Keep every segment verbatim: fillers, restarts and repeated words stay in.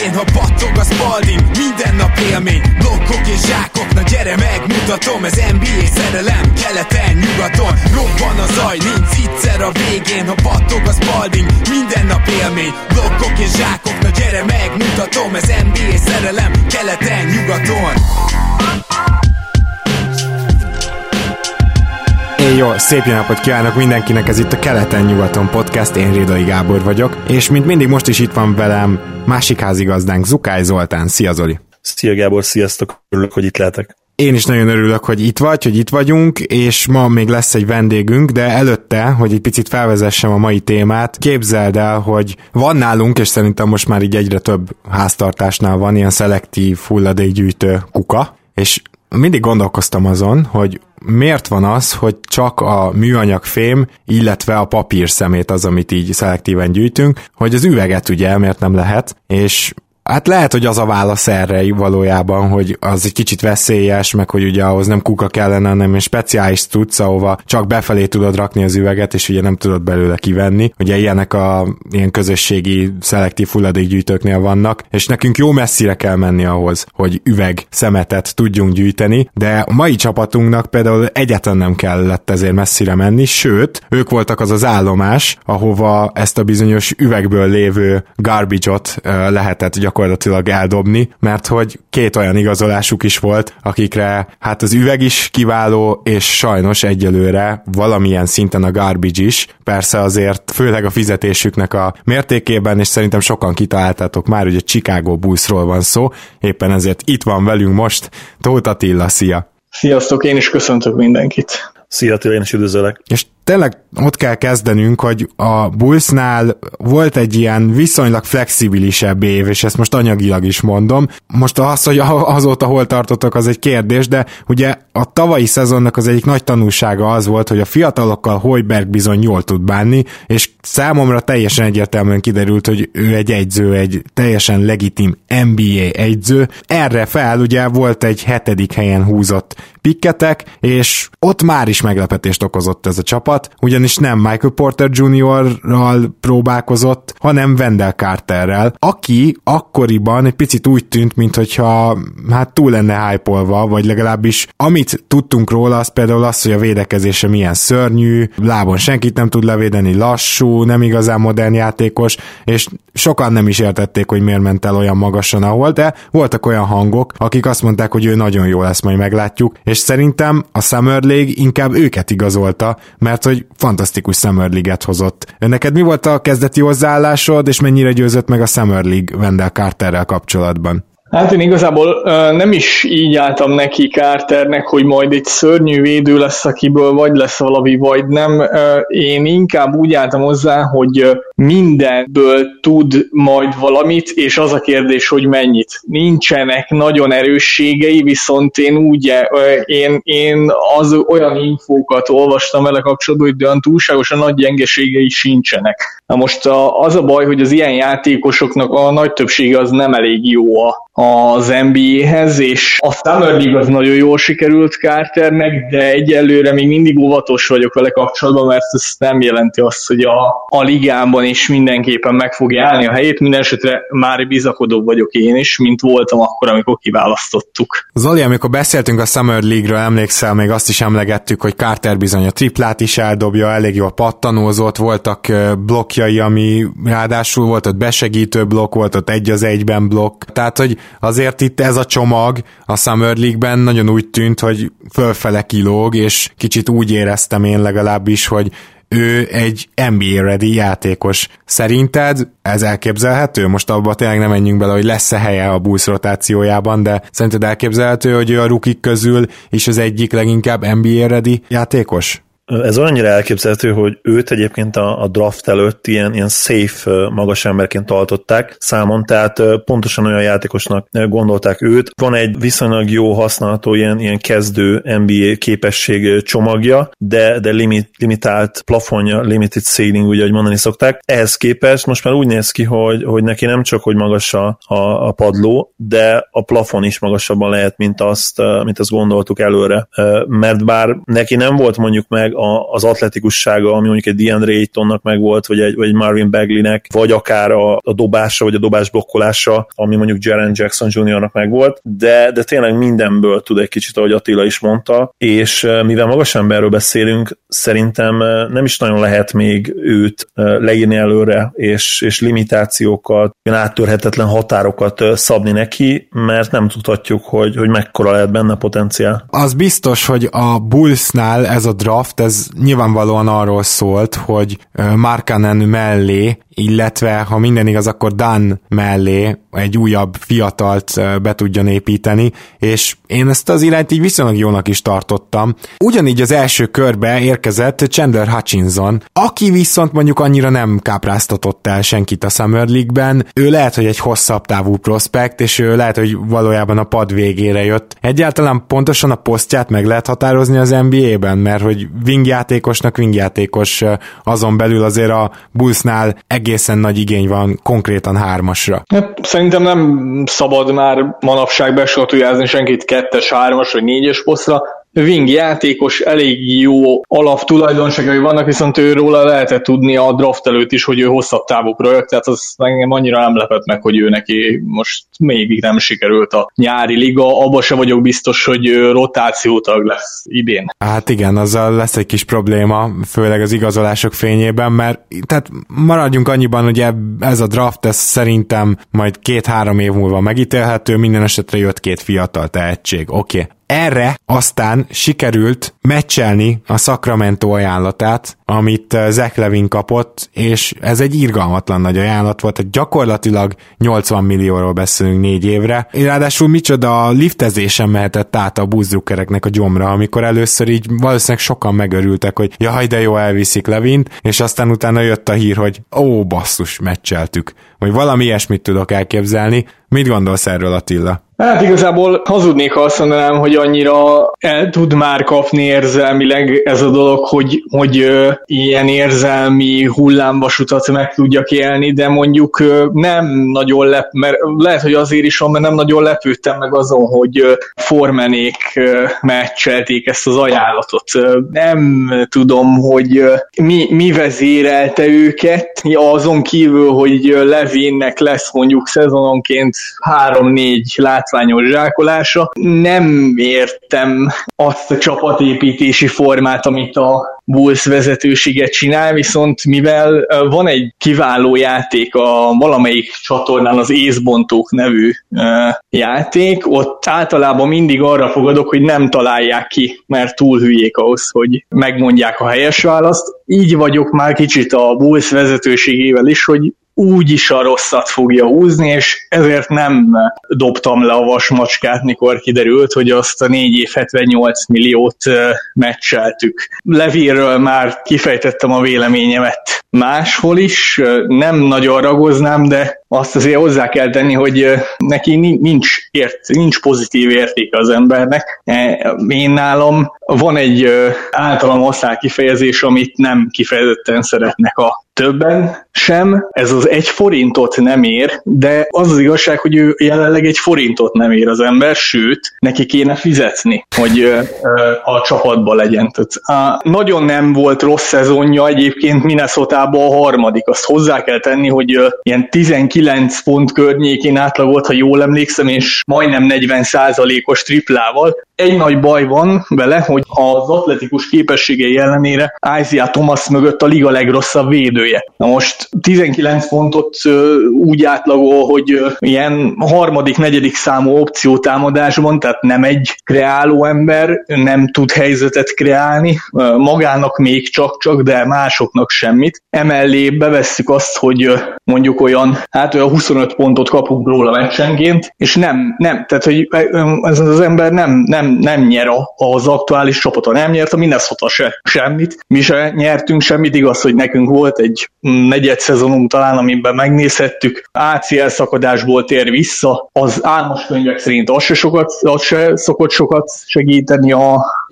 végén, ha battog a Spalding, minden nap élmény, blokkok és zsákok, na gyere megmutatom, ez en bé á szerelem, keleten, nyugaton, robban a zaj, nincs egyszer a végén, ha battog a Spalding, minden nap élmény, blokkok és zsákok, na gyere megmutatom, ez en bé á szerelem, keleten, nyugaton. Én jó, szép jó napot kívánok mindenkinek, ez itt a Keleten-nyugaton podcast, én Rédai Gábor vagyok, és mint mindig most is itt van velem másik házigazdánk, Zukály Zoltán. Szia Zoli! Szia Gábor, sziasztok, örülök, hogy itt lehetek. Én is nagyon örülök, hogy itt vagy, hogy itt vagyunk, és ma még lesz egy vendégünk, de előtte, hogy egy picit felvezessem a mai témát, képzeld el, hogy van nálunk, és szerintem most már így egyre több háztartásnál van ilyen szelektív hulladékgyűjtő kuka, és mindig gondolkoztam azon, hogy miért van az, hogy csak a műanyag fém, illetve a papír szemét az, amit így szelektíven gyűjtünk, hogy az üveget ugye miért nem lehet, és hát lehet, hogy az a válasz erre valójában, hogy az egy kicsit veszélyes, meg hogy ugye ahhoz nem kuka kellene, hanem egy speciális cucc, ahova csak befelé tudod rakni az üveget, és ugye nem tudod belőle kivenni. Ugye ilyenek a ilyen közösségi szelektív hulladékgyűjtőknél vannak, és nekünk jó messzire kell menni ahhoz, hogy üveg szemetet tudjunk gyűjteni, de a mai csapatunknak például egyáltalán nem kellett ezért messzire menni, sőt, ők voltak az az állomás, ahova ezt a bizonyos üvegből lévő garbage-ot uh, lehetett gyakorlatilag gyakorlatilag eldobni, mert hogy két olyan igazolásuk is volt, akikre hát az üveg is kiváló, és sajnos egyelőre valamilyen szinten a garbage is, persze azért főleg a fizetésüknek a mértékében, és szerintem sokan kitaláltátok már, hogy a Chicago Bullsról van szó, éppen ezért itt van velünk most Tóth Attila, szia! Sziasztok, én is köszöntök mindenkit! Szia Attila, én is üdvözöllek! És tényleg ott kell kezdenünk, hogy a Bullsnál volt egy ilyen viszonylag flexibilisebb év, és ezt most anyagilag is mondom. Most az, hogy azóta hol tartottak, az egy kérdés, de ugye a tavalyi szezonnak az egyik nagy tanulsága az volt, hogy a fiatalokkal Hoiberg bizony jól tud bánni, és számomra teljesen egyértelműen kiderült, hogy ő egy egyző, egy teljesen legitim en bé á egyző. Erre fel ugye volt egy hetedik helyen húzott pikketek, és ott már is meglepetést okozott ez a csapat, ugyanis nem Michael Porter juniorral próbálkozott, hanem Wendell Carterrel, aki akkoriban egy picit úgy tűnt, minthogyha hát túl lenne hype-olva, vagy legalábbis amit tudtunk róla, az például az, hogy a védekezése milyen szörnyű, lábon senkit nem tud levédeni, lassú, nem igazán modern játékos, és sokan nem is értették, hogy miért ment el olyan magasan, ahol, de voltak olyan hangok, akik azt mondták, hogy ő nagyon jó lesz, majd meglátjuk, és szerintem a Summer League inkább őket igazolta, mert hogy fantasztikus Summer League-et hozott. Neked mi volt a kezdeti hozzáállásod, és mennyire győzött meg a Summer League Wendell Carterrel kapcsolatban? Hát én igazából uh, nem is így álltam neki Carternek, hogy majd egy szörnyű védő lesz, akiből vagy lesz valami, vagy nem. Uh, én inkább úgy álltam hozzá, hogy uh, mindenből tud majd valamit, és az a kérdés, hogy mennyit. Nincsenek nagyon erősségei, viszont én úgy, uh, én, én az olyan infókat olvastam vele kapcsolatban, hogy olyan túlságosan nagy gyengeségei sincsenek. Na most a, az a baj, hogy az ilyen játékosoknak a nagy többsége az nem elég jó a az en bé á-hez, és a Summer League az nagyon jól sikerült Carternek, de egyelőre még mindig óvatos vagyok vele kapcsolatban, mert ez nem jelenti azt, hogy a, a ligában is mindenképpen meg fogja állni a helyét, minden esetre már bizakodóbb vagyok én is, mint voltam akkor, amikor kiválasztottuk. Zoli, amikor beszéltünk a Summer League-ről, emlékszel, még azt is emlegettük, hogy Carter bizony a triplát is eldobja, elég jól pattanózott, voltak blokkjai, ami ráadásul volt ott besegítő blokk, volt ott egy az egyben blokk, tehát hogy azért itt ez a csomag a Summer League-ben nagyon úgy tűnt, hogy fölfele kilóg, és kicsit úgy éreztem én legalábbis, hogy ő egy en bé á-ready játékos. Szerinted ez elképzelhető? Most abban tényleg nem menjünk bele, hogy lesz-e helye a Bulls rotációjában, de szerinted elképzelhető, hogy ő a rukik közül is az egyik leginkább en bé á-ready játékos? Ez annyira elképzelhető, hogy őt egyébként a, a draft előtt ilyen, ilyen safe magas emberként tartották számon, tehát pontosan olyan játékosnak gondolták őt. Van egy viszonylag jó használható ilyen, ilyen kezdő en bé á képesség csomagja, de, de limit, limitált plafonja, limited ceiling, ugye, ahogy mondani szokták. Ehhez képest most már úgy néz ki, hogy, hogy neki nem csak, hogy magas a, a, a padló, de a plafon is magasabban lehet, mint azt, mint azt gondoltuk előre. Mert bár neki nem volt mondjuk meg az atletikussága, ami mondjuk egy DeAndre Aytonnak megvolt, vagy egy, vagy egy Marvin Bagleynek, vagy akár a, a dobása, vagy a dobás blokkolása, ami mondjuk Jaren Jackson juniornak megvolt, de, de tényleg mindenből tud egy kicsit, ahogy Attila is mondta, és mivel magas emberről beszélünk, szerintem nem is nagyon lehet még őt leírni előre, és, és limitációkat, áttörhetetlen határokat szabni neki, mert nem tudhatjuk, hogy, hogy mekkora lehet benne potenciál. Az biztos, hogy a Bullsnál ez a draft, ez nyilvánvalóan arról szólt, hogy Markkanen mellé, illetve ha minden igaz, akkor Dan mellé egy újabb fiatalt be tudjon építeni, és én ezt az irányt így viszonylag jónak is tartottam. Ugyanígy az első körbe érkezett Chandler Hutchinson, aki viszont mondjuk annyira nem kápráztatott el senkit a Summer League-ben. Ő lehet, hogy egy hosszabb távú prospekt, és ő lehet, hogy valójában a pad végére jött. Egyáltalán pontosan a posztját meg lehet határozni az en bé á-ben, mert hogy wingjátékosnak wingjátékos, azon belül azért a Bullsnál egészen nagy igény van konkrétan hármasra. Szerintem nem szabad már manapság besoroljálni senkit kettes, hármas vagy négyes posztra. Wing játékos, elég jó alaptulajdonságai vannak, viszont őróla lehetett tudni a draft előtt is, hogy ő hosszabb távú projekt, tehát az engem annyira nem lepett meg, hogy ő neki most még nem sikerült a nyári liga, abban se vagyok biztos, hogy rotációtag lesz idén. Hát igen, azzal lesz egy kis probléma, főleg az igazolások fényében, mert tehát maradjunk annyiban, hogy ez a draft, ez szerintem majd két-három év múlva megítélhető, minden esetre jött két fiatal tehetség, oké. Okay. Erre aztán sikerült meccselni a Sacramento ajánlatát, amit Zach Levine kapott, és ez egy irgalmatlan nagy ajánlat volt, hogy gyakorlatilag nyolcvan millióról beszélünk négy évre. Ráadásul micsoda liftezésen mehetett át a buzzzukereknek a gyomra, amikor először így valószínűleg sokan megörültek, hogy jaj, de jó, elviszik Levint, és aztán utána jött a hír, hogy ó, basszus, meccseltük. Vagy valami ilyesmit tudok elképzelni. Mit gondolsz erről, Attila? Hát igazából hazudnék, ha azt mondanám, hogy annyira el tud már kapni érzelmileg ez a dolog, hogy, hogy ö, ilyen érzelmi hullámvasutat meg tudjak élni, de mondjuk ö, nem nagyon lep, mert lehet, hogy azért is van, mert nem nagyon lepődtem meg azon, hogy ö, Formanék ö, meccselték ezt az ajánlatot. Ö, nem tudom, hogy ö, mi, mi vezérelte őket, azon kívül, hogy Levinnek lesz mondjuk szezononként három-négy látványos zsákolása. Nem értem azt a csapatépítési formát, amit a Bulls vezetősége csinál, viszont mivel van egy kiváló játék a valamelyik csatornán, az Észbontók nevű játék, ott általában mindig arra fogadok, hogy nem találják ki, mert túl hülyék ahhoz, hogy megmondják a helyes választ. Így vagyok már kicsit a Bulls vezetőségével is, hogy úgyis a rosszat fogja húzni, és ezért nem dobtam le a vasmacskát, mikor kiderült, hogy azt a négy év hetvennyolc milliót meccseltük. Levirről már kifejtettem a véleményemet máshol is, nem nagyon ragoznám, de azt azért hozzá kell tenni, hogy neki nincs, ért, nincs pozitív értéke az embernek. Én nálam van egy általam használt kifejezés, amit nem kifejezetten szeretnek a többen sem. Ez az egy forintot nem ér, de az az igazság, hogy ő jelenleg egy forintot nem ér az ember, sőt, neki kéne fizetni, hogy a csapatban legyen. Tehát, nagyon nem volt rossz szezonja, egyébként Minnesotában a harmadik. Azt hozzá kell tenni, hogy ilyen tizenkilenc pont környékén átlagolt, ha jól emlékszem, és majdnem negyven százalékos triplával. Egy nagy baj van vele, hogy az atletikus képességei ellenére Isaiah Thomas mögött a liga legrosszabb védője. Na most tizenkilenc pontot úgy átlagol, hogy ilyen harmadik, negyedik számú opciótámadásban, tehát nem egy kreáló ember, nem tud helyzetet kreálni, magának még csak-csak, de másoknak semmit. Emellé bevesszük azt, hogy mondjuk olyan, hát olyan huszonöt pontot kapunk róla meccsenként, és nem, nem, tehát hogy ez az ember nem, nem, nem nyer az aktuális csapata, nem nyert a Minnesota se semmit, mi se nyertünk semmit, igaz, hogy nekünk volt egy negyed szezonunk talán, amiben megnézhettük, á cé el szakadásból tér vissza, az álmos könyvek szerint az se, sokat, az se szokott sokat segíteni a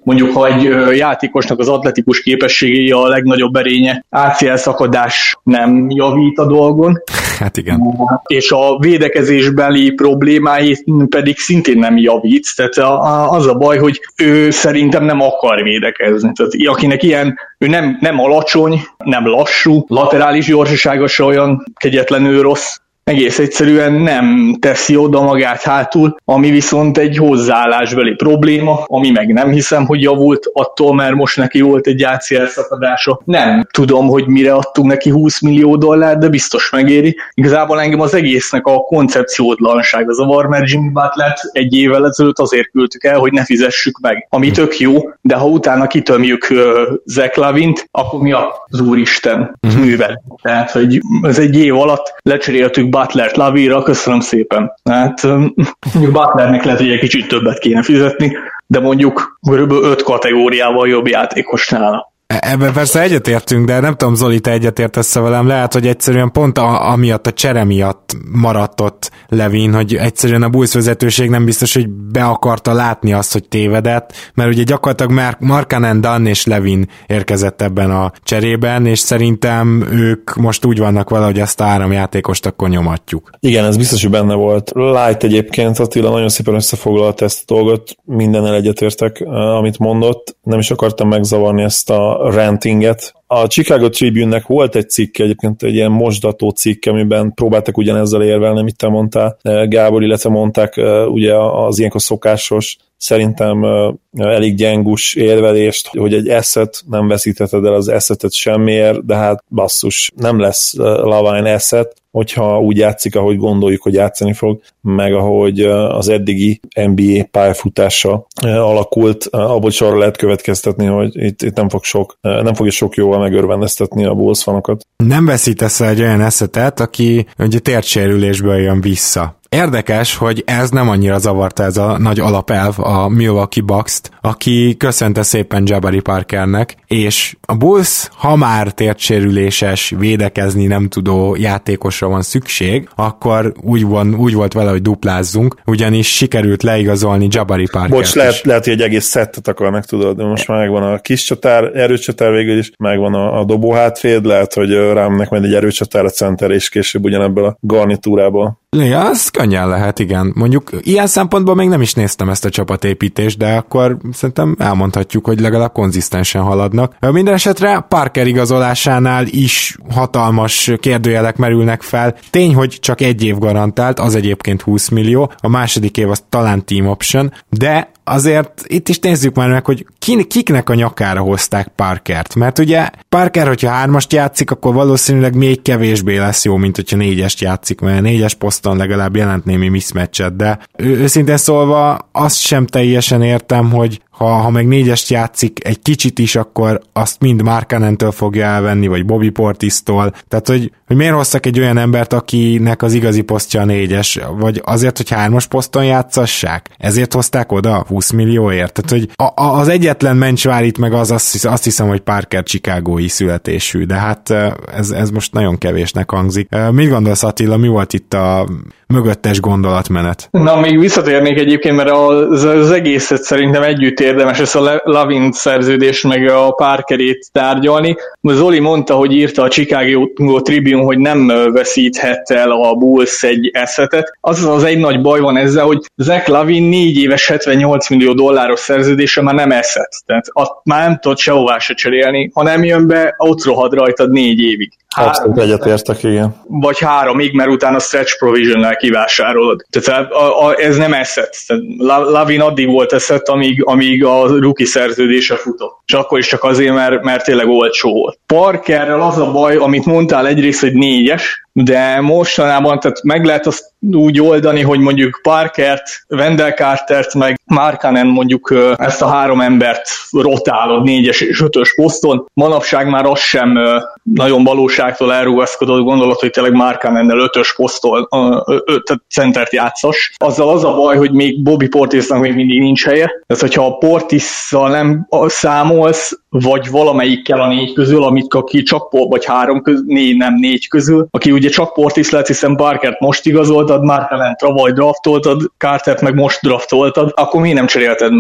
mondjuk ha egy játékosnak az atletikus képességei a legnagyobb erénye, á cé el szakadás nem javít a dolgon. Hát igen. És a védekezésbeli problémái pedig szintén nem javít. Tehát az a baj, hogy ő szerintem nem akar védekezni. Tehát akinek ilyen, ő nem, nem alacsony, nem lassú, laterális gyorsasága se olyan kegyetlenül rossz, egész egyszerűen nem teszi oda magát hátul, ami viszont egy hozzáállásbeli probléma, ami meg nem hiszem, hogy javult attól, mert most neki volt egy á cé el szakadása. Nem tudom, hogy mire adtunk neki húsz millió dollár, de biztos megéri. Igazából engem az egésznek a koncepciótlanság az a var, mert Jimmy Butlert egy évvel ezelőtt azért küldtük el, hogy ne fizessük meg. Ami tök jó, de ha utána kitömjük uh, Zach Lavint, akkor mi az úristen uh-huh. művel? Tehát, hogy ez egy év alatt lecseréltük Butlert Lavira, köszönöm szépen. Hát mondjuk Butlernek lehet, hogy egy kicsit többet kéne fizetni, de mondjuk körülbelül öt kategóriával jobb játékos nála. Ebben persze egyetértünk, de nem tudom, Zoli, te egyetértesz velem, lehet, hogy egyszerűen pont a, amiatt a csere miatt maradt ott Levin, hogy egyszerűen a Bulls vezetőség nem biztos, hogy be akarta látni azt, hogy tévedett, mert ugye gyakorlatilag Mark, Markkanen, Dunn és Levin érkezett ebben a cserében, és szerintem ők most úgy vannak vele, hogy ezt a három játékost akkor nyomatjuk. Igen, ez biztos, hogy benne volt. Light egyébként, Attila nagyon szépen összefoglalta ezt a dolgot, mindennel egyetértek, amit mondott, nem is akartam megzavarni ezt a rantinget. A Chicago Tribune-nek volt egy cikk, egyébként egy ilyen mosdató cikk, amiben próbáltak ugyanezzel érvelni, amit te mondtál, Gábor, illetve mondták ugye az ilyenkor szokásos, szerintem elég gyengus érvelést, hogy egy asset, nem veszítheted el az assetet semmiért, de hát basszus, nem lesz Lavine asset, hogyha úgy játszik, ahogy gondoljuk, hogy játszani fog, meg ahogy az eddigi en bé á pályafutása alakult, abból is arra lehet következtetni, hogy itt, itt nem, fog sok, nem fogja sok jóval megörvendeztetni a Bulls fanokat. Nem veszítesz el egy olyan assetet, aki ugye térdsérülésből jön vissza. Érdekes, hogy ez nem annyira zavarta ez a nagy alapelv a Milwaukee Bucks-t, aki köszönte szépen Jabari Parkernek, és a Bulls, ha már térdsérüléses, védekezni nem tudó játékosra van szükség, akkor úgy, van, úgy volt vele, hogy duplázzunk, ugyanis sikerült leigazolni Jabari Parkert. Bocs, lehet, lehet, hogy egy egész szettet akarnak, tudod, de most már megvan a kis csatár, erőcsatár végül is, megvan a, a dobó hátvéd, lehet, hogy rámnek majd egy erőcsatár a center, és később ugyanebből a garnitúrából. Ja, az könnyen lehet, igen. Mondjuk ilyen szempontból még nem is néztem ezt a csapatépítést, de akkor szerintem elmondhatjuk, hogy legalább konzisztensen haladnak. Minden esetre Parker igazolásánál is hatalmas kérdőjelek merülnek fel. Tény, hogy csak egy év garantált, az egyébként húsz millió, a második év az talán team option, de azért itt is nézzük már meg, hogy kiknek a nyakára hozták Parkert, mert ugye Parker, hogyha hármast játszik, akkor valószínűleg még kevésbé lesz jó, mint hogyha négyest játszik, mert négyes poszton legalább jelent némi mismatchet, de ő, őszintén szólva azt sem teljesen értem, hogy ha, ha meg négyest játszik egy kicsit is, akkor azt mind Markkanentől fogja elvenni, vagy Bobby Portistól. Tehát, hogy, hogy miért hoztak egy olyan embert, akinek az igazi posztja a négyes, vagy azért, hogy hármas poszton játszassák? Ezért hozták oda húsz millióért? Tehát, hogy a, a, az egyetlen mencsvár itt meg az, azt, azt hiszem, hogy Parker chicagói születésű, de hát ez, ez most nagyon kevésnek hangzik. Mit gondolsz, Attila, mi volt itt a mögöttes gondolatmenet? Na, még visszatérnék egyébként, mert az, az egészet szerintem együtt érdemes ezt a Lavin szerződést meg a Parkerét tárgyalni. Zoli mondta, hogy írta a Chicago Tribune, hogy nem veszíthet el a Bulls egy assetet. Az az egy nagy baj van ezzel, hogy Zach Lavin négy éves hetvennyolc millió dolláros szerződése már nem asset. Tehát azt már nem tudod sehová se cserélni. Ha nem jön be, ott rohad rajtad négy évig. Abszolút egyetértek, igen. Vagy háromig, mert utána stretch provision-nel kivásárolod. Tehát a, a, ez nem asset. Lavin addig volt asset, amíg, amíg a rookie szerződése futott. És akkor is csak azért, mert, mert tényleg olcsó volt. Parkerrel az a baj, amit mondtál egyrészt, hogy négyes, de mostanában tehát meg lehet azt úgy oldani, hogy mondjuk Parkert, Wendell Cartert, meg Markkanen mondjuk ezt a három embert rotálod négyes és ötös poszton. Manapság már az sem nagyon valóságtól elrugaszkodott gondolat, hogy tényleg Markkanennel ötös posztól tehát centert játszas. Azzal az a baj, hogy még Bobby Portisnak még mindig nincs helye. Tehát, hogyha a Portisszal nem számolsz, vagy valamelyikkel a négy közül, amit aki csak, vagy három közül, négy, nem négy közül, aki ugye csak Portis lett, hiszen Parkert most igazoltad, Markkanent tavaly draftoltad, Cartert meg most draftoltad, akkor miért nem cserélted már?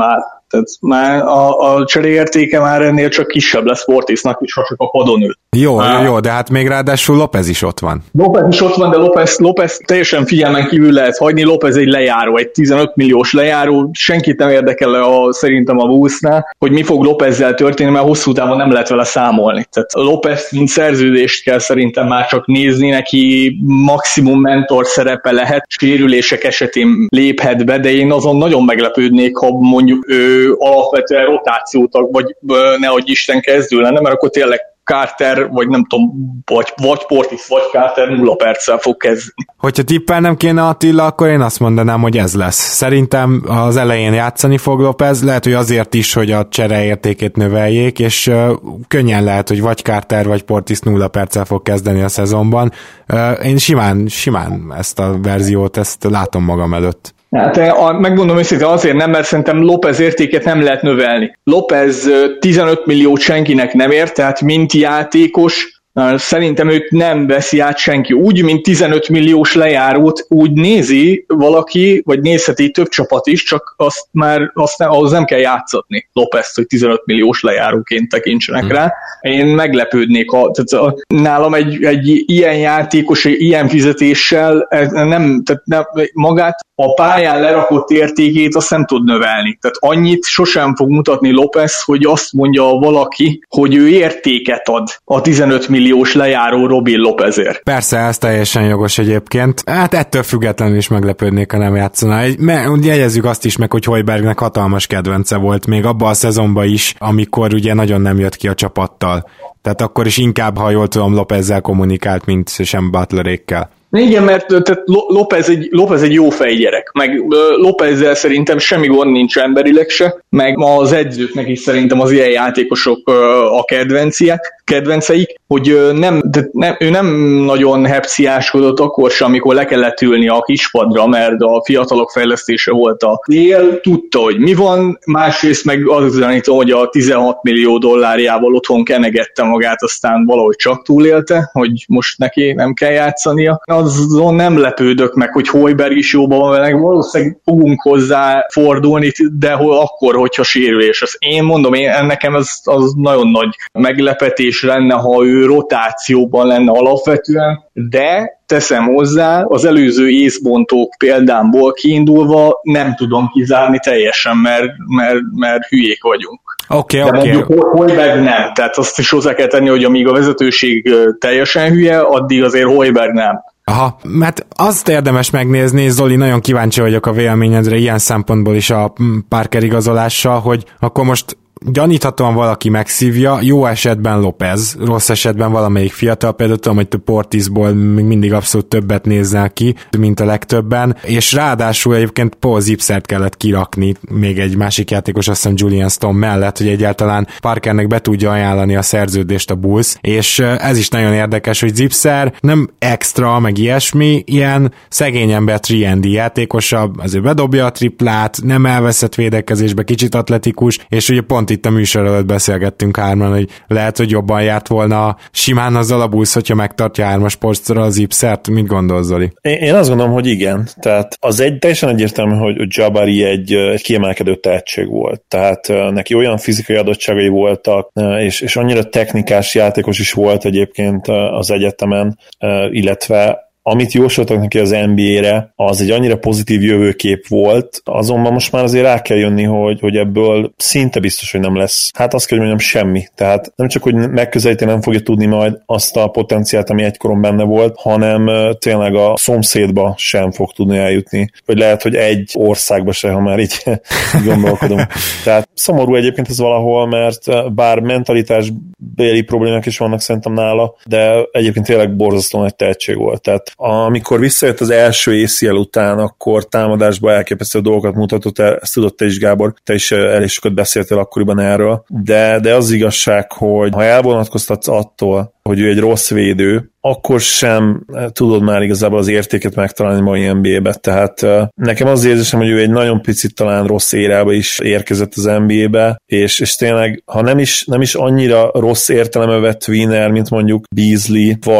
Tehát már a, a cseréértéke már ennél csak kisebb lesz Portisnak is, ha csak a padon ül. Jó, jó, jó, de hát még ráadásul Lopez is ott van. Lopez is ott van, de Lopez, Lopez teljesen figyelmen kívül lehet hagyni. Lopez egy lejáró, egy tizenöt milliós lejáró. Senkit nem érdekel a, szerintem a Bullsnál, hogy mi fog Lopezzel történni, mert hosszú távon nem lehet vele számolni. Tehát Lopez mint szerződést kell szerintem már csak nézni, neki maximum mentor szerepe lehet, sérülések esetén léphet be, de én azon nagyon meglepődnék, ha mondjuk ő alapvetően rotációtag, vagy nehogy Isten kezdő lenne, mert akkor tényleg Carter, vagy nem tudom, vagy, vagy Portis, vagy Carter nulla perccel fog kezdeni. Hogyha tippelnem kéne Attila, akkor én azt mondanám, hogy ez lesz. Szerintem az elején játszani fog Lopez, lehet, hogy azért is, hogy a csere értékét növeljék, és uh, könnyen lehet, hogy vagy Carter, vagy Portis nulla perccel fog kezdeni a szezonban. Uh, én simán, simán ezt a verziót, ezt látom magam előtt. Hát megmondom őszintén azért nem, mert szerintem Lopez értéket nem lehet növelni. Lopez tizenöt milliót senkinek nem ér, tehát mint játékos, szerintem őt nem veszi át senki. Úgy, mint tizenöt milliós lejárót úgy nézi valaki, vagy nézheti több csapat is, csak azt már azt nem, ahhoz nem kell játszatni Lopez, hogy tizenöt milliós lejáróként tekintsenek hmm. rá. Én meglepődnék, a, tehát a, nálam egy, egy ilyen játékos, egy ilyen fizetéssel nem, tehát nem, magát a pályán lerakott értékét azt nem tud növelni. Tehát annyit sosem fog mutatni Lopez, hogy azt mondja valaki, hogy ő értéket ad a tizenöt milliós lejáró Robin Lopezért. Persze, ez teljesen jogos egyébként. Hát ettől függetlenül is meglepődnék, ha nem játszaná. Jegyezzük azt is meg, hogy Højbjergnek hatalmas kedvence volt még abban a szezonban is, amikor ugye nagyon nem jött ki a csapattal. Tehát akkor is inkább, ha jól tudom, Lopezzel kommunikált, mint sem Butlerékkel. Igen, mert tehát Lopez egy, Lopez egy jó fejgyerek, meg Lopezzel szerintem semmi gond nincs emberileg se, meg az edzőknek is szerintem az ilyen játékosok a kedvenciek, kedvenceik, hogy nem, de nem, ő nem nagyon hepciáskodott akkor sem, amikor le kellett ülni a kispadra, mert a fiatalok fejlesztése volt a cél, tudta, hogy mi van, másrészt meg az gyanítom, hogy a tizenhat millió dollárjával otthon kenegette magát, aztán valahogy csak túlélte, hogy most neki nem kell játszania. Azon nem lepődök meg, hogy Højbjerg is jóban van vele, valószínűleg fogunk hozzá fordulni, de akkor, hogyha sérülés. Azt én mondom, én, nekem ez az nagyon nagy meglepetés lenne, ha ő rotációban lenne alapvetően, de teszem hozzá, az előző észbontók példámból kiindulva nem tudom kizárni teljesen, mert, mert, mert hülyék vagyunk. Oké, okay, oké. Okay. Højbjerg nem, tehát azt is hozzá kell tenni, hogy amíg a vezetőség teljesen hülye, addig azért Højbjerg nem. Aha, mert azt érdemes megnézni, Zoli, nagyon kíváncsi vagyok a véleményedre ilyen szempontból is a Parker igazolással, hogy akkor most gyaníthatóan valaki megszívja, jó esetben Lopez, rossz esetben valamelyik fiatal, például tudom, hogy Portisból még mindig abszolút többet nézzel ki, mint a legtöbben, és ráadásul egyébként Paul Zipsert kellett kirakni, még egy másik játékos, azt hiszem Julian Stone mellett, hogy egyáltalán Parkernek be tudja ajánlani a szerződést a Bulls, és ez is nagyon érdekes, hogy Zipser nem extra, meg ilyesmi, ilyen szegény ember tri and D játékosabb, azért bedobja a triplát, nem elveszett védekezésbe, kicsit atletikus, és ugye pont itt a műsor előtt beszélgettünk hárman, hogy lehet, hogy jobban járt volna simán azzal a Bulls, hogyha megtartja hármas posztra az Zipsert. Mit gondolsz, Zoli? Én, én azt gondolom, hogy igen. Tehát az egy teljesen egyértelmű, hogy Jabari egy, egy kiemelkedő tehetség volt. Tehát neki olyan fizikai adottságai voltak, és, és annyira technikás játékos is volt egyébként az egyetemen, illetve amit jósoltak neki az en bé á-re, az egy annyira pozitív jövőkép volt, azonban most már azért rá kell jönni, hogy, hogy ebből szinte biztos, hogy nem lesz. Hát azt kell, hogy mondjam, semmi. Tehát nem csak, hogy megközelíteni nem fogja tudni majd azt a potenciált, ami egykoron benne volt, hanem tényleg a szomszédba sem fog tudni eljutni. Vagy lehet, hogy egy országba se, ha már így gondolkodunk. Tehát szomorú egyébként ez valahol, mert bár mentalitásbéli problémák is vannak szerintem nála, de egyébként tényleg borzasztó nagy tehetség volt. Tehát amikor visszajött az első á cé el után, akkor támadásban elképesztő dolgokat mutatott el, ezt tudod te is, Gábor, te is elég sokat beszéltél akkoriban erről, de, de az igazság, hogy ha elvonatkoztatsz attól, hogy ő egy rossz védő, akkor sem tudod már igazából az értéket megtalálni mai en bé á-be. Tehát nekem az érzésem, hogy ő egy nagyon picit talán rossz érába is érkezett az en bé á-be, és, és tényleg, ha nem is, nem is annyira rossz értelembe vett Wiener, mint mondjuk Beasley, vagy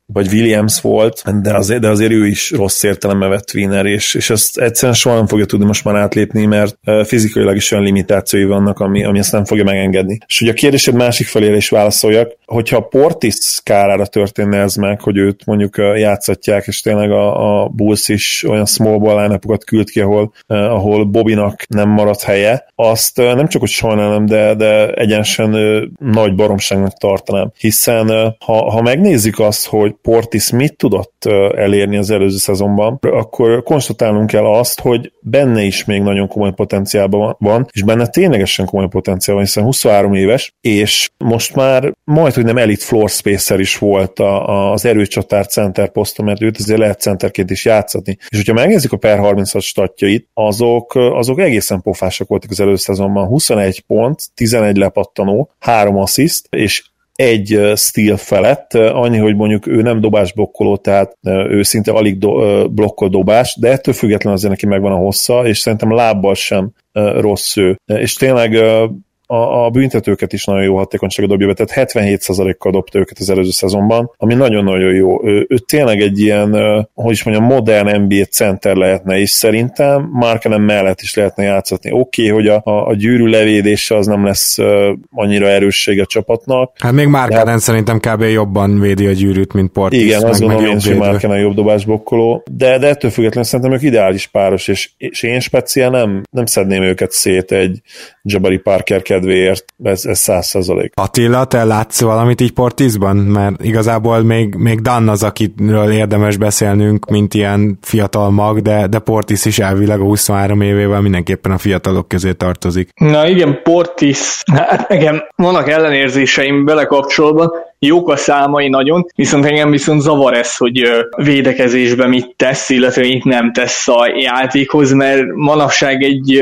vagy Williams volt, de azért, de azért ő is rossz értelemben vett winner, és, és ezt egyszerűen soha nem fogja tudni most már átlépni, mert fizikailag is olyan limitációi vannak, ami, ami ezt nem fogja megengedni. És ugye a kérdésed másik felére is válaszoljak, hogyha Portis kárára történne ez meg, hogy őt mondjuk játszatják, és tényleg a, a Bulls is olyan small ball line-upokat küld ki, ahol, ahol Bobbynak nem maradt helye, azt nem csak hogy sajnálom, de, de egyenesen nagy baromságnak tartanám. Hiszen ha, ha megnézzük azt, hogy Portis mit tudott elérni az előző szezonban, akkor konstatálnunk kell azt, hogy benne is még nagyon komoly potenciálban van, és benne ténylegesen komoly potenciál van, hiszen huszonhárom éves, és most már majd, hogy nem elite floor spacer is volt a, az erőcsatár center poszton, mert őt azért lehet centerként is játszatni. És hogyha megnézzük a per harmincas statjait, azok, azok egészen pofásak voltak az előző szezonban. huszonegy pont, tizenegy lepattanó, három assziszt, és egy steal felett, annyi, hogy mondjuk ő nem dobásblokkoló, tehát ő szinte alig do, blokkol dobás, de ettől függetlenül azért neki megvan a hossza, és szerintem lábbal sem rossz ő. És tényleg a, a büntetőket is nagyon jó hatékonysága dobja be, tehát hetvenhét százalékkal dobta őket az előző szezonban, ami nagyon-nagyon jó. Ő, ő tényleg egy ilyen, hogy is mondjam, modern en bé á center lehetne, és szerintem Markkanen mellett is lehetne játszatni. Oké, okay, hogy a, a, a gyűrű levédése az nem lesz annyira erősség a csapatnak. Hát még Markkanen hát, szerintem kb. Jobban védi a gyűrűt, mint Portis. Igen, azt gondolom én is, hogy Markkanen jobb dobásblokkoló, de, de ettől függetlenül szerintem ők ideális páros, és, és én speciál nem, nem szedném őket szét egy Jabari Parker kedvéért, ez száz százalék. Attila, te látsz valamit így Portisban? Mert igazából még, még Dan az, akiről érdemes beszélnünk, mint ilyen fiatal mag, de, de Portis is elvileg a huszonhárom évével mindenképpen a fiatalok közé tartozik. Na igen, Portis, hát nekem vannak ellenérzéseim vele kapcsolatban, jók a számai nagyon, viszont engem viszont zavar ez, hogy védekezésben mit tesz, illetve mit nem tesz a játékhoz, mert manapság egy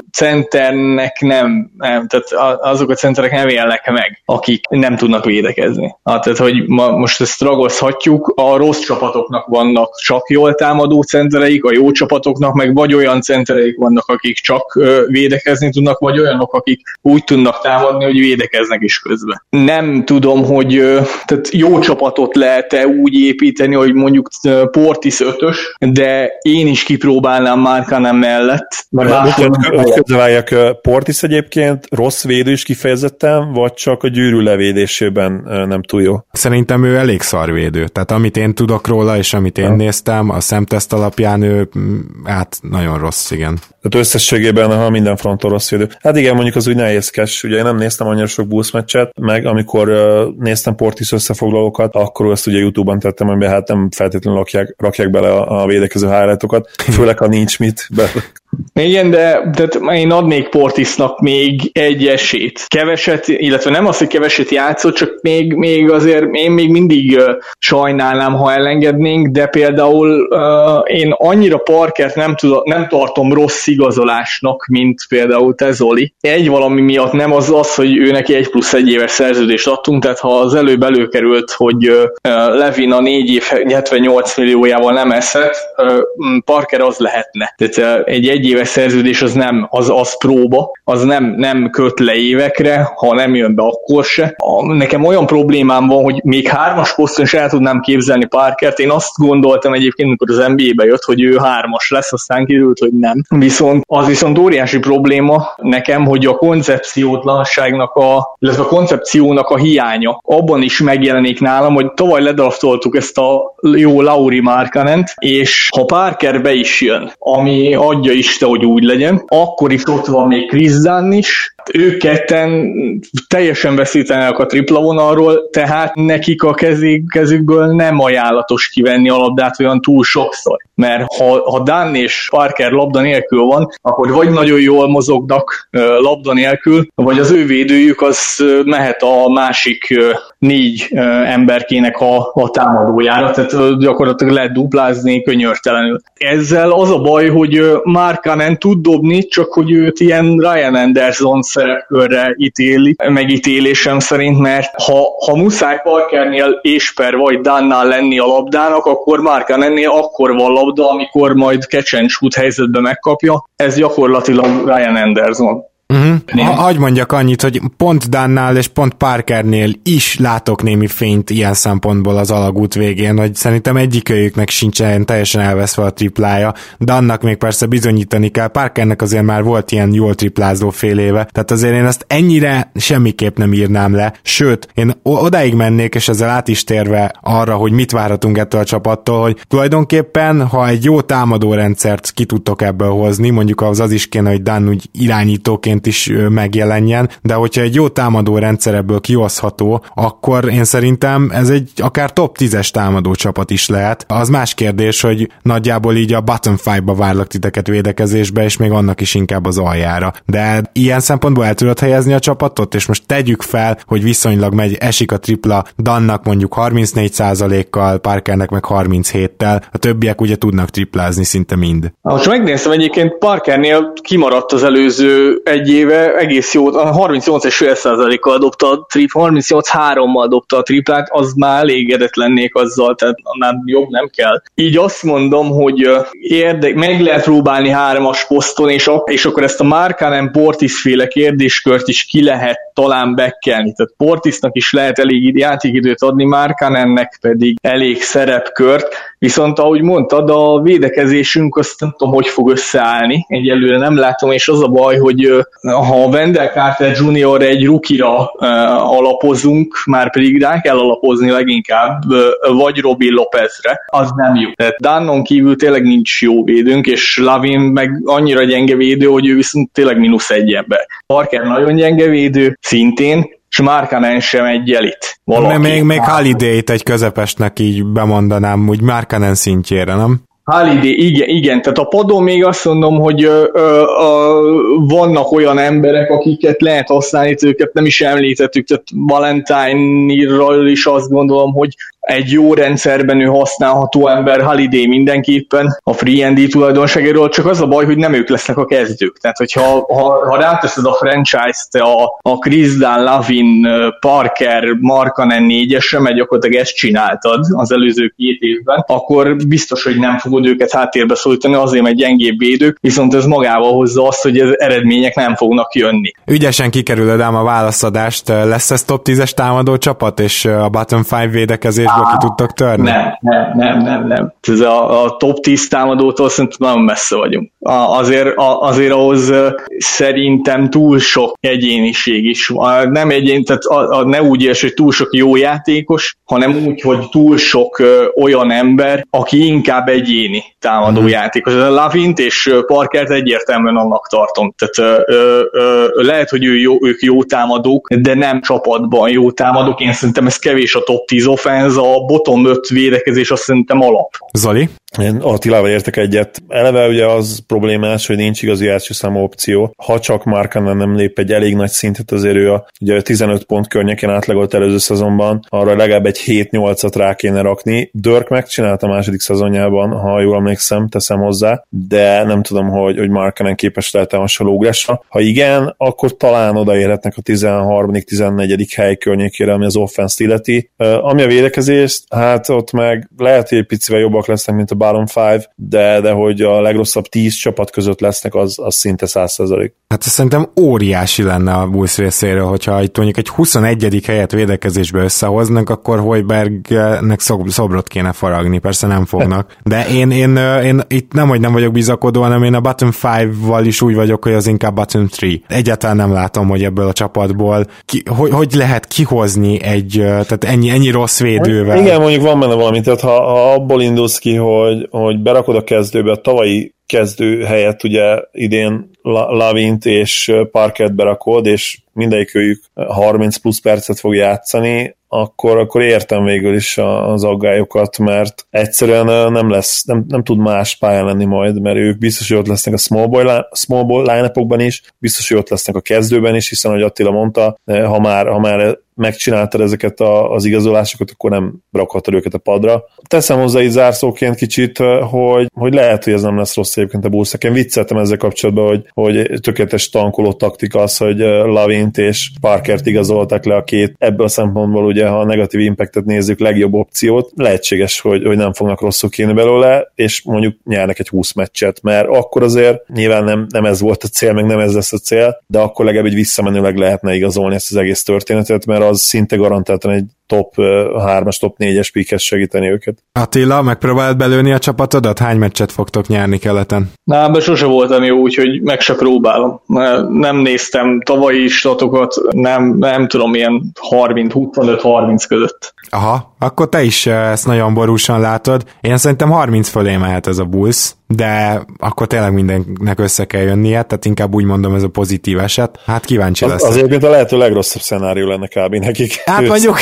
centernek nem, nem, tehát azok a centerek nem élnek meg, akik nem tudnak védekezni. Hát, tehát, hogy ma, most ezt ragozhatjuk, a rossz csapatoknak vannak csak jól támadó centereik, a jó csapatoknak meg vagy olyan centereik vannak, akik csak védekezni tudnak, vagy olyanok, akik úgy tudnak támadni, hogy védekeznek is közben. Nem tudom, hogy tehát jó csapatot lehet-e úgy építeni, hogy mondjuk Portis ötös, de én is kipróbálnám Markkanen mellett. Közbeváljak, Portis egyébként rossz védő is kifejezetten, vagy csak a gyűrű levédésében nem túl jó? Szerintem ő elég szarvédő. Tehát amit én tudok róla, és amit én ja. néztem, a szemteszt alapján ő hát nagyon rossz, igen. Tehát összességében ha minden fronton rossz védő. Hát igen, mondjuk az úgy nehézkes. Ugye én nem néztem annyira sok Bulls meccset, meg amikor uh, néztem Portis összefoglalókat, akkor azt ugye YouTube-on tettem, amiben hát nem feltétlenül rakják, rakják bele a, a védekező highlightokat, főleg ha nincs mit be. Igen, de, de én adnék Portisnak még egy esélyt. Keveset, illetve nem az, hogy keveset játszott, csak még, még azért én még mindig uh, sajnálnám, ha elengednénk, de például uh, én annyira Parkert nem, tud, nem tartom rossz igazolásnak, mint például te, Zoli. Egy valami miatt nem az az, hogy ő neki egy plusz egy éves szerződést adtunk, tehát ha az előbb előkerült, hogy uh, Levin a négy év hetvennyolc milliójával nem eszhet, uh, Parker az lehetne. Tehát uh, egy egy éves szerződés az nem, az, az próba, az nem, nem köt le évekre, ha nem jön be, akkor se. A, nekem olyan problémám van, hogy még hármas poszton is el tudnám képzelni Parkert. Én azt gondoltam egyébként, amikor az en bé á-be jött, hogy ő hármas lesz, aztán kiderült, hogy nem. Viszont az viszont óriási probléma nekem, hogy a koncepciótlanságnak, a, illetve a koncepciónak a hiánya abban is megjelenik nálam, hogy tavaly ledraftoltuk ezt a jó Lauri Markkanent, és ha Parker be is jön, ami adja is, de hogy úgy legyen, akkor is ott van még Chris Dunn is, ők ketten teljesen veszítenek a tripla vonalról, tehát nekik a kezük, kezükből nem ajánlatos kivenni a labdát olyan túl sokszor. Mert ha, ha Dunn és Parker labda nélkül van, akkor vagy nagyon jól mozognak labda nélkül, vagy az ő védőjük az mehet a másik négy emberkének a, a támadójára, tehát gyakorlatilag lehet duplázni könyörtelenül. Ezzel az a baj, hogy Markkanen tud dobni, csak hogy őt ilyen Ryan Anderson szerepkörre ítéli, megítélésem szerint, mert ha, ha muszáj Parkernél és per vagy Dunnál lenni a labdának, akkor Markkanennél akkor van labda, amikor majd catch and shoot helyzetben megkapja. Ez gyakorlatilag Ryan Anderson. Uh-huh. Ha, hagy mondjak annyit, hogy pont Dunnál és pont Parkernél is látok némi fényt ilyen szempontból az alagút végén, hogy szerintem egyikőjüknek sincsen teljesen elveszve a triplája. Dunnak még persze bizonyítani kell, Parkernek azért már volt ilyen jól triplázó fél éve, tehát azért én ezt ennyire semmiképp nem írnám le, sőt, én odáig mennék, és ezzel át is térve arra, hogy mit várhatunk ettől a csapattól, hogy tulajdonképpen, ha egy jó támadó rendszert ki tudtok ebből hozni, mondjuk az az is kéne, hogy Dunn úgy irányítóként is megjelenjen, de hogyha egy jó támadó rendszer ebből kihozható, akkor én szerintem ez egy akár top tízes támadó csapat is lehet. Az más kérdés, hogy nagyjából így a bottom five-ba várlak titeket védekezésbe, és még annak is inkább az aljára. De ilyen szempontból el tudod helyezni a csapatot, és most tegyük fel, hogy viszonylag megy, esik a tripla, Dunnak mondjuk harmincnégy százalékkal, Parkernek meg harminchéttel, a többiek ugye tudnak triplázni szinte mind. Most megnéztem egyébként, Parkernél kimaradt az előző egy éve, egész jó, harmincnyolc egész öt százalékkal dobta a trip, harmincnyolc egész három dobta a triplát, az már elégedett lennék azzal, tehát annál jobb nem kell. Így azt mondom, hogy érdek, meg lehet próbálni háromas poszton, és, a, és akkor ezt a Markkanen Portis féle kérdéskört is ki lehet talán bekkelni. Tehát Portisnak is lehet elég játékidőt adni, Markkanennek pedig elég szerepkört, viszont ahogy mondtad, a védekezésünk azt nem tudom, hogy fog összeállni. Egyelőre nem látom, és az a baj, hogy ha Wendell Carter junior egy rukira uh, alapozunk, már pedig rá kell alapozni leginkább, uh, vagy Robin Lopezre, az nem jó. Tehát Dunnon kívül tényleg nincs jó védőnk, és Lavin meg annyira gyenge védő, hogy ő viszont tényleg mínusz egy ember. Parker nagyon gyenge védő, szintén, és Markkanen sem egy elit. Valaki. Még, még Holiday-t egy közepesnek így bemondanám, úgy Markkanen szintjére, nem? Holiday, igen, igen, tehát a padon még azt mondom, hogy ö, ö, ö, vannak olyan emberek, akiket lehet használni, őket nem is említettük, tehát Valentine-ról is azt gondolom, hogy egy jó rendszerben ő használható ember, Holiday mindenképpen a free and D tulajdonságéről, csak az a baj, hogy nem ők lesznek a kezdők. Tehát, hogyha ha, ha ráteszed a franchise-t a, a Chris Dunn, Lavin, Parker, Markkanen négyesre, mert gyakorlatilag ezt csináltad az előző két évben, akkor biztos, hogy nem fogod őket háttérbe szólítani, azért, mert gyengébb védők, viszont ez magával hozza azt, hogy az eredmények nem fognak jönni. Ügyesen kikerülöd ám a válaszadást, lesz ez top tízes támadó csapat, és a bottom öt védekezés ki tudtak törni? Nem, nem, nem, nem, nem. Ez a, a top tíz támadótól szerintem nagyon messze vagyunk. A, azért, a, azért ahhoz szerintem túl sok egyéniség is. A, nem egyén, tehát a, a, ne úgy érts, hogy túl sok jó játékos, hanem úgy, hogy túl sok ö, olyan ember, aki inkább egyéni támadó hmm. játékos. Lavint és Parkert egyértelműen annak tartom. Tehát ö, ö, lehet, hogy ő jó, ők jó támadók, de nem csapatban jó támadók. Én szerintem ez kevés a top tíz offense, a bottom öt védekezés azt szerintem alap. Zoli? Én Attilával értek egyet. Eleve ugye az problémás, hogy nincs igazi első számú opció. Ha csak Markkanen nem lép egy elég nagy szintet, azért ő a, ugye a tizenöt pont környékén átlagolt előző szezonban, arra legalább egy hét-nyolcat rá kéne rakni. Dirk megcsinálta a második szezonjában, ha jól emlékszem, teszem hozzá, de nem tudom, hogy, hogy Markkanen képes lehet-e hasonló ugrásra. Ha igen, akkor talán odaérhetnek a tizenharmadik-tizennegyedik hely környékére, ami az offense illeti. Ami a védekezést, hát ott meg lehet, hogy egy picivel jobbak lesznek, mint a bottom five, de, de hogy a legrosszabb tíz csapat között lesznek, az, az szinte száz százalék. Hát szerintem óriási lenne a Bulls részéről, hogyha itt mondjuk egy huszonegyedik helyet védekezésbe összehoznak, akkor Hoibergnek szobrot kéne faragni, persze nem fognak. De én, én, én itt nem, hogy nem vagyok bizakodó, hanem én a bottom five-val is úgy vagyok, hogy az inkább bottom three. Egyáltalán nem látom, hogy ebből a csapatból ki, hogy, hogy lehet kihozni egy, tehát ennyi, ennyi rossz védővel. Igen, mondjuk van benne valami, tehát ha, ha abból indulsz ki, hogy, hogy berakod a kezdőbe a tavalyi kezdő helyett ugye idén Lavint és Parkert berakod, és mindegyikőjük harminc plusz percet fog játszani, akkor, akkor értem végül is az aggályokat, mert egyszerűen nem lesz, nem, nem tud más pályán lenni majd, mert ők biztos, hogy ott lesznek a small ball, small ball line-upokban is, biztos, hogy ott lesznek a kezdőben is, hiszen, ahogy Attila mondta, ha már, ha már megcsináltad ezeket a, az igazolásokat, akkor nem rakhatod őket a padra. Teszem hozzá így zárszóként kicsit, hogy, hogy lehet, hogy ez nem lesz rossz egyébként a Bullsnak. Én vicceltem ezzel kapcsolatban, hogy hogy tökéletes tankoló taktika az, hogy Lavint és Parkert igazoltak le a két, ebből a szempontból ugye, ha a negatív impactet nézzük, legjobb opciót, lehetséges, hogy, hogy nem fognak rosszul kijönni belőle, és mondjuk nyernek egy húsz meccset, mert akkor azért nyilván nem, nem ez volt a cél, meg nem ez lesz a cél, de akkor legalább egy visszamenőleg lehetne igazolni ezt az egész történetet, mert az szinte garantáltan egy top hármas, top négyes pickhez segíteni őket. Attila, megpróbáld belőni a csapatodat? Hány meccset fogtok nyerni keleten? Na, ebben sose voltam jó, úgyhogy meg se próbálom. Nem néztem tavalyi statokat, nem, nem tudom, ilyen harminc, huszonöt harminc között. Aha, akkor te is ezt nagyon borúsan látod. Én szerintem harminc fölé mehet ez a Bulls, de akkor tényleg mindennek össze kell jönnie, tehát inkább úgy mondom, ez a pozitív eset. Hát kíváncsi az, lesz. Azért a lehető legrosszabb szenárió lenne kb. Nekik. Hát mondjuk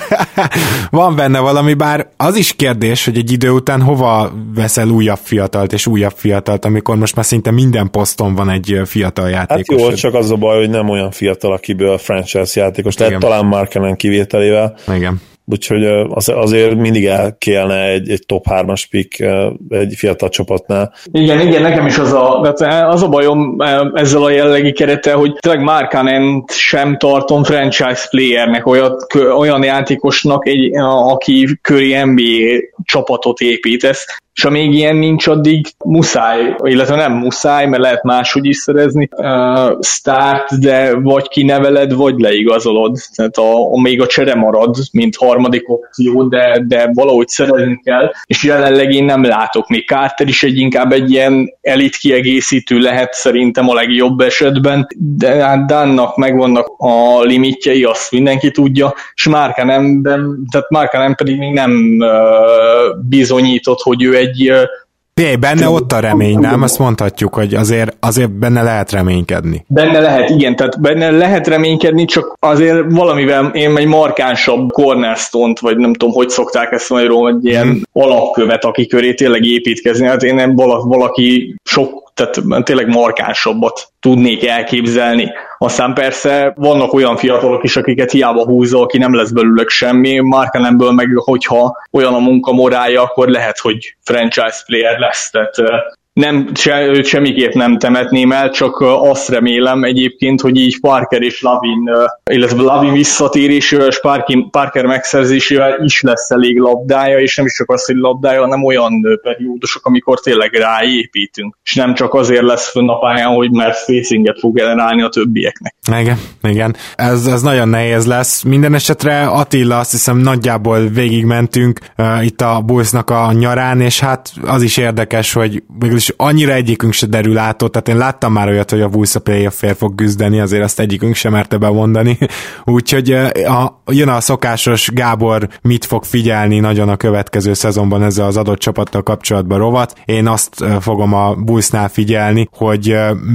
van benne valami, bár az is kérdés, hogy egy idő után hova veszel újabb fiatalt és újabb fiatalt, amikor most már szinte minden poszton van egy fiatal játékos. Hát jó, csak az a baj, hogy nem olyan fiatal, akiből franchise játékos, tehát talán Markkanen kivételével. Igen. Úgyhogy az, azért mindig elkélne egy, egy top hármas pick egy fiatal csapatnál. Igen, igen, nekem is az a, az a bajom ezzel a jellegi kerettel, hogy tényleg Markkanent sem tartom franchise playernek, olyan, olyan játékosnak, egy, aki köré en bé á csapatot építesz, és amíg ilyen nincs, addig muszáj, illetve nem muszáj, mert lehet máshogy is szerezni uh, start, de vagy kineveled, vagy leigazolod. Tehát a, a, még a csere marad, mint harmadik opció, de, de valahogy szerezni kell, és jelenleg én nem látok. Még Carter is egy inkább egy ilyen elit kiegészítő lehet szerintem a legjobb esetben, de hát Dannak megvannak a limitjei, azt mindenki tudja, és Markkanenben, tehát Markkanen pedig még nem uh, bizonyított, hogy ő egy egy... Figyelj, benne ott a remény, nem? Azt mondhatjuk, hogy azért, azért benne lehet reménykedni. Benne lehet, igen, tehát benne lehet reménykedni, csak azért valamivel én egy markánsabb cornerstone-t, vagy nem tudom, hogy szokták ezt magyarul, egy ilyen hmm. alapkövet, aki köré tényleg építkezni. Hát én nem valaki sok, tehát tényleg markánsabbat tudnék elképzelni. Aztán persze vannak olyan fiatalok is, akiket hiába húzol, aki nem lesz belőlük semmi. Markkanenből meg, hogyha olyan a munkamorálja, akkor lehet, hogy franchise player lesz. Tehát nem, se, őt semmiképp nem temetném el, csak azt remélem egyébként, hogy így Parker és Lavin, illetve Lavin visszatérésével és Parker megszerzésével is lesz elég labdája, és nem is csak az, hogy labdája, hanem olyan periódusok, amikor tényleg ráépítünk. És nem csak azért lesz fönn a pályán, hogy mert spacinget fog generálni a többieknek. Igen, igen. Ez, ez nagyon nehéz lesz. Minden esetre Attila, azt hiszem nagyjából végigmentünk uh, itt a Bullsnak a nyarán, és hát az is érdekes, hogy végülis annyira egyikünk se derül ától, tehát én láttam már olyat, hogy a Bulls a playoffért fog küzdeni, azért azt egyikünk sem merte bemondani. Úgyhogy a, jön a szokásos Gábor mit fog figyelni nagyon a következő szezonban ezzel az adott csapattal kapcsolatban rovat. Én azt fogom a Bullsnál figyelni, hogy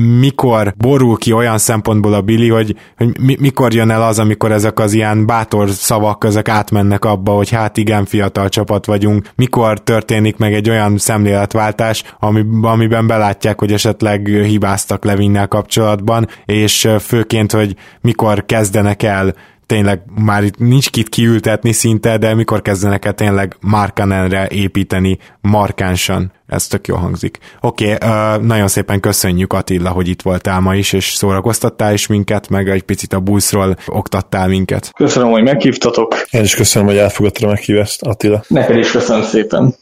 mikor borul ki olyan szempontból a Billy, hogy, hogy mi, mikor jön el az, amikor ezek az ilyen bátor szavak ezek átmennek abba, hogy hát igen, fiatal csapat vagyunk, mikor történik meg egy olyan szemléletváltás, ami amiben belátják, hogy esetleg hibáztak Levinnel kapcsolatban, és főként, hogy mikor kezdenek el tényleg már itt nincs kit kiültetni szinte, de mikor kezdenek el tényleg Markkanenre építeni markánsan. Ez tök jól hangzik. Oké, okay, uh, nagyon szépen köszönjük Attila, hogy itt voltál ma is, és szórakoztattál is minket, meg egy picit a Bullsról oktattál minket. Köszönöm, hogy meghívtatok. Én is köszönöm, hogy elfogadtad a meghívást, Attila. Neked is köszönöm szépen.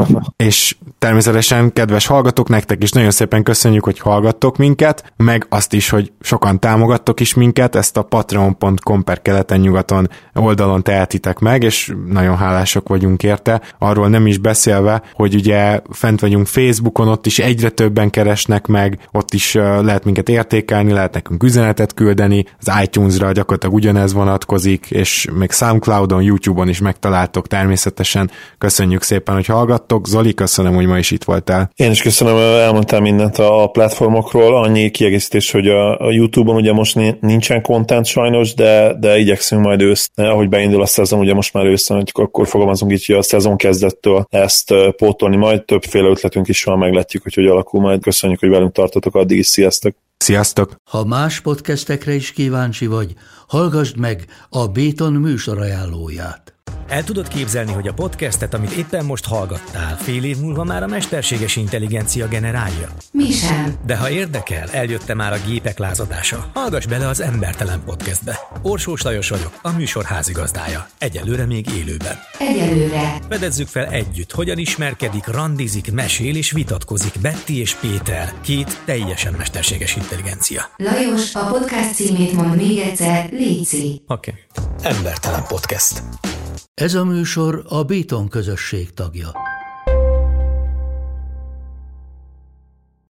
És természetesen, kedves hallgatók, nektek is nagyon szépen köszönjük, hogy hallgattok minket, meg azt is, hogy sokan támogattok is minket, ezt a patreon pont com per keleten-nyugaton oldalon tehetitek meg, és nagyon hálások vagyunk érte. Arról nem is beszélve, hogy ugye fent vagyunk Facebookon, ott is egyre többen keresnek meg, ott is lehet minket értékelni, lehet nekünk üzenetet küldeni, az iTunes-ra gyakorlatilag ugyanez vonatkozik, és még SoundCloudon, YouTube-on is megtaláltok természetesen. Köszönjük szépen, hogy hallgattok. Zoli, köszönöm, hogy ma is itt voltál. Én is köszönöm, elmondtam mindent a platformokról. Annyi kiegészítés, hogy a YouTube-on ugye most nincsen content sajnos, de, de igyekszünk majd ősz, ahogy beindul a szezon, ugye most már őszön, hogy akkor fogalmazunk így, hogy a szezon kezdettől ezt pótolni, majd többféle ötletünk is van, meglátjuk, hogy hogy alakul majd. Köszönjük, hogy velünk tartotok, addig is sziasztok! Sziasztok! Ha más podcastekre is kíváncsi vagy, hallgassd meg a Béton műsor ajánlóját. El tudod képzelni, hogy a podcastet, amit éppen most hallgattál, fél év múlva már a mesterséges intelligencia generálja? Mi sem. De ha érdekel, eljött már a gépek lázadása. Hallgass bele az Embertelen Podcastbe. Orsós Lajos vagyok, a műsor házigazdája. Egyelőre még élőben. Egyelőre. Fedezzük fel együtt, hogyan ismerkedik, randizik, mesél és vitatkozik Betty és Péter, két teljesen mesterséges intelligencia. Lajos, a podcast címét mond még egyszer, léci. Oké. Okay. Embertelen Podcast. Ez a műsor a Béton közösség tagja.